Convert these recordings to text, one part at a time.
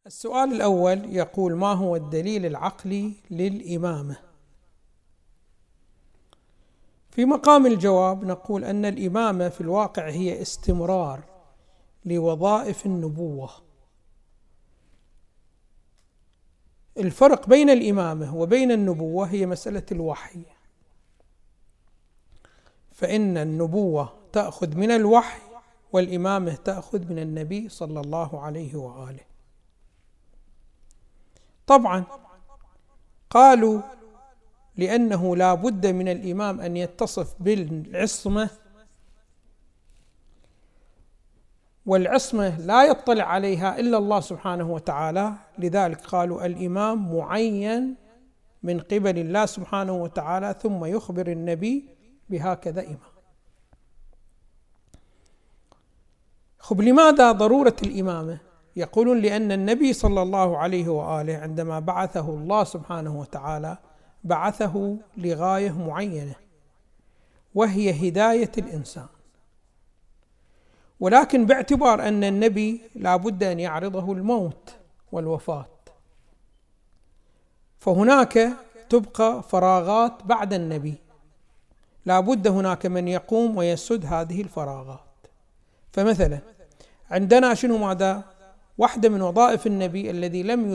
السؤال الأول يقول: ما هو الدليل العقلي للإمامة؟ في مقام الجواب نقول أن الإمامة في الواقع هي استمرار لوظائف النبوة. الفرق بين الإمامة وبين النبوة هي مسألة الوحي، فإن النبوة تأخذ من الوحي والإمامة تأخذ من النبي صلى الله عليه وآله. طبعا قالوا لأنه لا بد من الإمام أن يتصف بالعصمة، والعصمة لا يطلع عليها إلا الله سبحانه وتعالى، لذلك قالوا الإمام معين من قبل الله سبحانه وتعالى ثم يخبر النبي بهكذا إمام. خب لماذا ضرورة الإمامة؟ يقولون لأن النبي صلى الله عليه وآله عندما بعثه الله سبحانه وتعالى بعثه لغاية معينة وهي هداية الإنسان، ولكن باعتبار أن النبي لا بد أن يعرضه الموت والوفاة، فهناك تبقى فراغات بعد النبي، لا بد هناك من يقوم ويسد هذه الفراغات. فمثلا عندنا شنو ماذا؟ واحدة من وظائف النبي الذي لم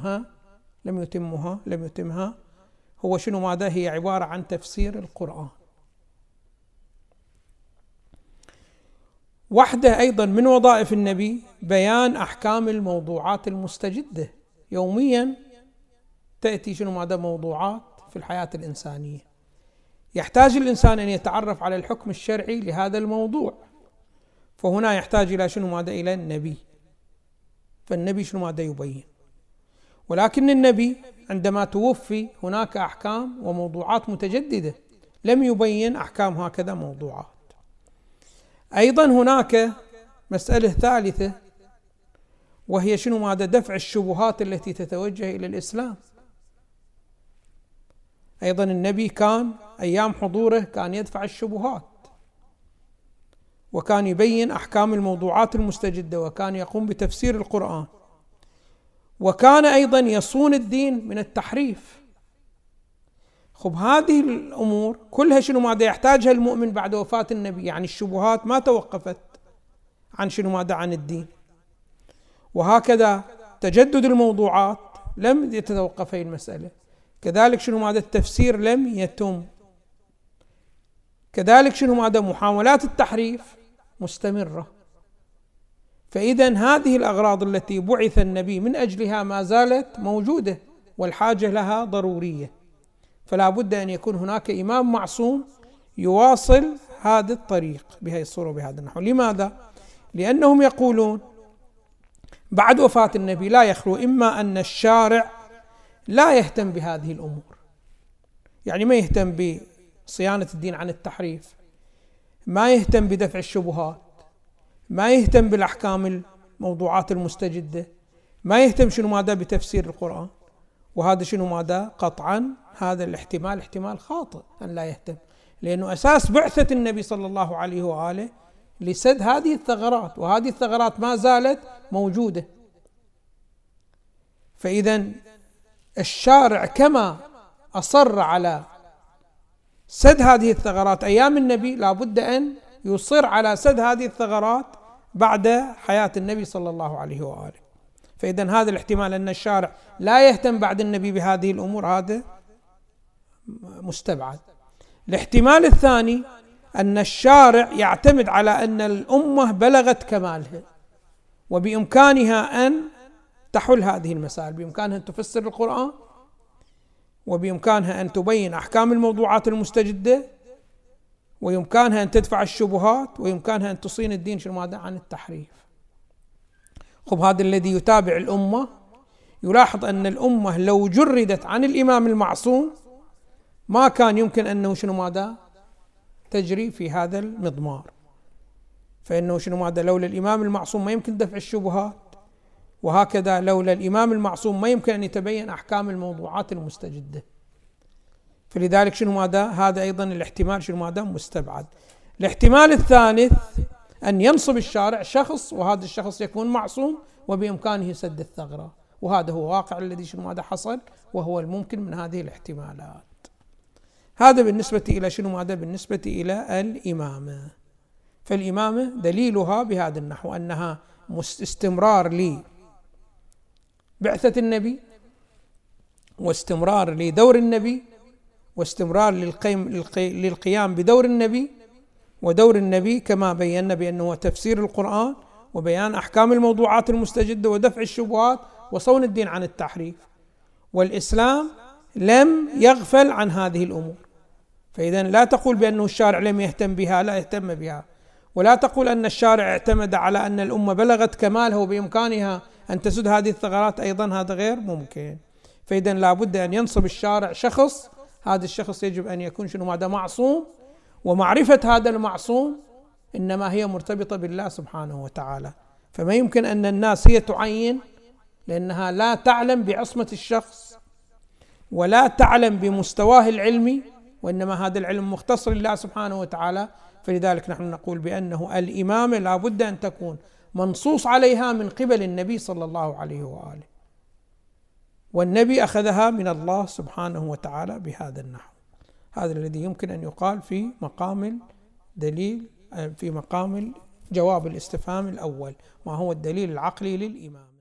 يتمها هو شنو ماذا؟ هي عبارة عن تفسير القرآن. واحدة أيضا من وظائف النبي بيان أحكام الموضوعات المستجدة. يوميا تأتي شنو ماذا؟ موضوعات في الحياة الإنسانية، يحتاج الإنسان أن يتعرف على الحكم الشرعي لهذا الموضوع، فهنا يحتاج إلى شنو ماذا؟ إلى النبي، فالنبي شنو ماذا؟ يبين. ولكن النبي عندما توفي هناك أحكام وموضوعات متجددة لم يبين أحكام هكذا موضوعات. أيضا هناك مسألة ثالثة وهي شنو ماذا؟ دفع الشبهات التي تتوجه إلى الإسلام. أيضا النبي كان أيام حضوره كان يدفع الشبهات، وكان يبين أحكام الموضوعات المستجدة، وكان يقوم بتفسير القرآن، وكان أيضا يصون الدين من التحريف. خب هذه الأمور كلها شنو ماذا؟ يحتاجها المؤمن بعد وفاة النبي، يعني الشبهات ما توقفت عن شنو ماذا؟ عن الدين. وهكذا تجدد الموضوعات لم يتوقف هذه المسألة، كذلك شنو ماذا؟ التفسير لم يتم، كذلك شنو ماذا؟ محاولات التحريف مستمرة. فإذا هذه الأغراض التي بعث النبي من أجلها ما زالت موجودة والحاجة لها ضرورية، فلا بد أن يكون هناك إمام معصوم يواصل هذا الطريق بهذه الصورة وبهذا النحو. لماذا؟ لأنهم يقولون بعد وفاة النبي لا يخلو إما أن الشارع لا يهتم بهذه الأمور، يعني ما يهتم بصيانة الدين عن التحريف، ما يهتم بدفع الشبهات، ما يهتم بالأحكام الموضوعات المستجدة، ما يهتم شنو ماذا؟ بتفسير القرآن. وهذا شنو ماذا؟ قطعا هذا الاحتمال احتمال خاطئ أن لا يهتم، لأنه أساس بعثة النبي صلى الله عليه وآله لسد هذه الثغرات، وهذه الثغرات ما زالت موجودة. فإذا الشارع كما أصر على سد هذه الثغرات أيام النبي لا بد أن يصر على سد هذه الثغرات بعد حياة النبي صلى الله عليه وآله. فإذا هذا الاحتمال أن الشارع لا يهتم بعد النبي بهذه الأمور هذا مستبعد. الاحتمال الثاني أن الشارع يعتمد على أن الأمة بلغت كمالها وبإمكانها أن تحل هذه المسائل، بإمكانها أن تفسر القرآن، وبإمكانها أن تبين أحكام الموضوعات المستجدة، ويمكنها أن تدفع الشبهات، ويمكنها أن تصين الدين شنو ماذا؟ عن التحريف. خب هذا الذي يتابع الأمة يلاحظ أن الأمة لو جردت عن الإمام المعصوم ما كان يمكن أنه شنو ماذا؟ تجري في هذا المضمار، فإنه شنو ماذا؟ لولا الإمام المعصوم ما يمكن دفع الشبهات، وهكذا لولا الإمام المعصوم ما يمكن أن يتبين أحكام الموضوعات المستجدة. فلذلك شنو ماذا؟ هذا أيضا الاحتمال شنو ماذا؟ مستبعد. الاحتمال الثالث أن ينصب الشارع شخص، وهذا الشخص يكون معصوم وبإمكانه سد الثغرة، وهذا هو واقع الذي شنو ماذا حصل، وهو الممكن من هذه الاحتمالات. هذا بالنسبة إلى شنو ماذا؟ بالنسبة إلى الإمامة. فالإمامة دليلها بهذا النحو، أنها استمرار لبعثة النبي، واستمرار لدور النبي، واستمرار للقيام بدور النبي. ودور النبي كما بينا بأنه تفسير القرآن وبيان أحكام الموضوعات المستجدة ودفع الشبهات وصون الدين عن التحريف. والإسلام لم يغفل عن هذه الأمور، فإذا لا تقول بأنه الشارع لم يهتم بها، لا اهتم بها. ولا تقول أن الشارع اعتمد على أن الأمة بلغت كمالها وبإمكانها أن تسد هذه الثغرات، أيضا هذا غير ممكن. فإذا لا بد أن ينصب الشارع شخص، هذا الشخص يجب أن يكون شنو ماذا؟ معصوم. ومعرفة هذا المعصوم إنما هي مرتبطة بالله سبحانه وتعالى، فما يمكن أن الناس هي تعين، لأنها لا تعلم بعصمة الشخص ولا تعلم بمستواه العلمي، وإنما هذا العلم مختص لله سبحانه وتعالى. فلذلك نحن نقول بأنه الإمامة لا بد أن تكون منصوص عليها من قبل النبي صلى الله عليه وآله، والنبي أخذها من الله سبحانه وتعالى بهذا النحو. هذا الذي يمكن أن يقال في مقام الدليل، في مقام جواب الاستفهام الأول، ما هو الدليل العقلي للإمام.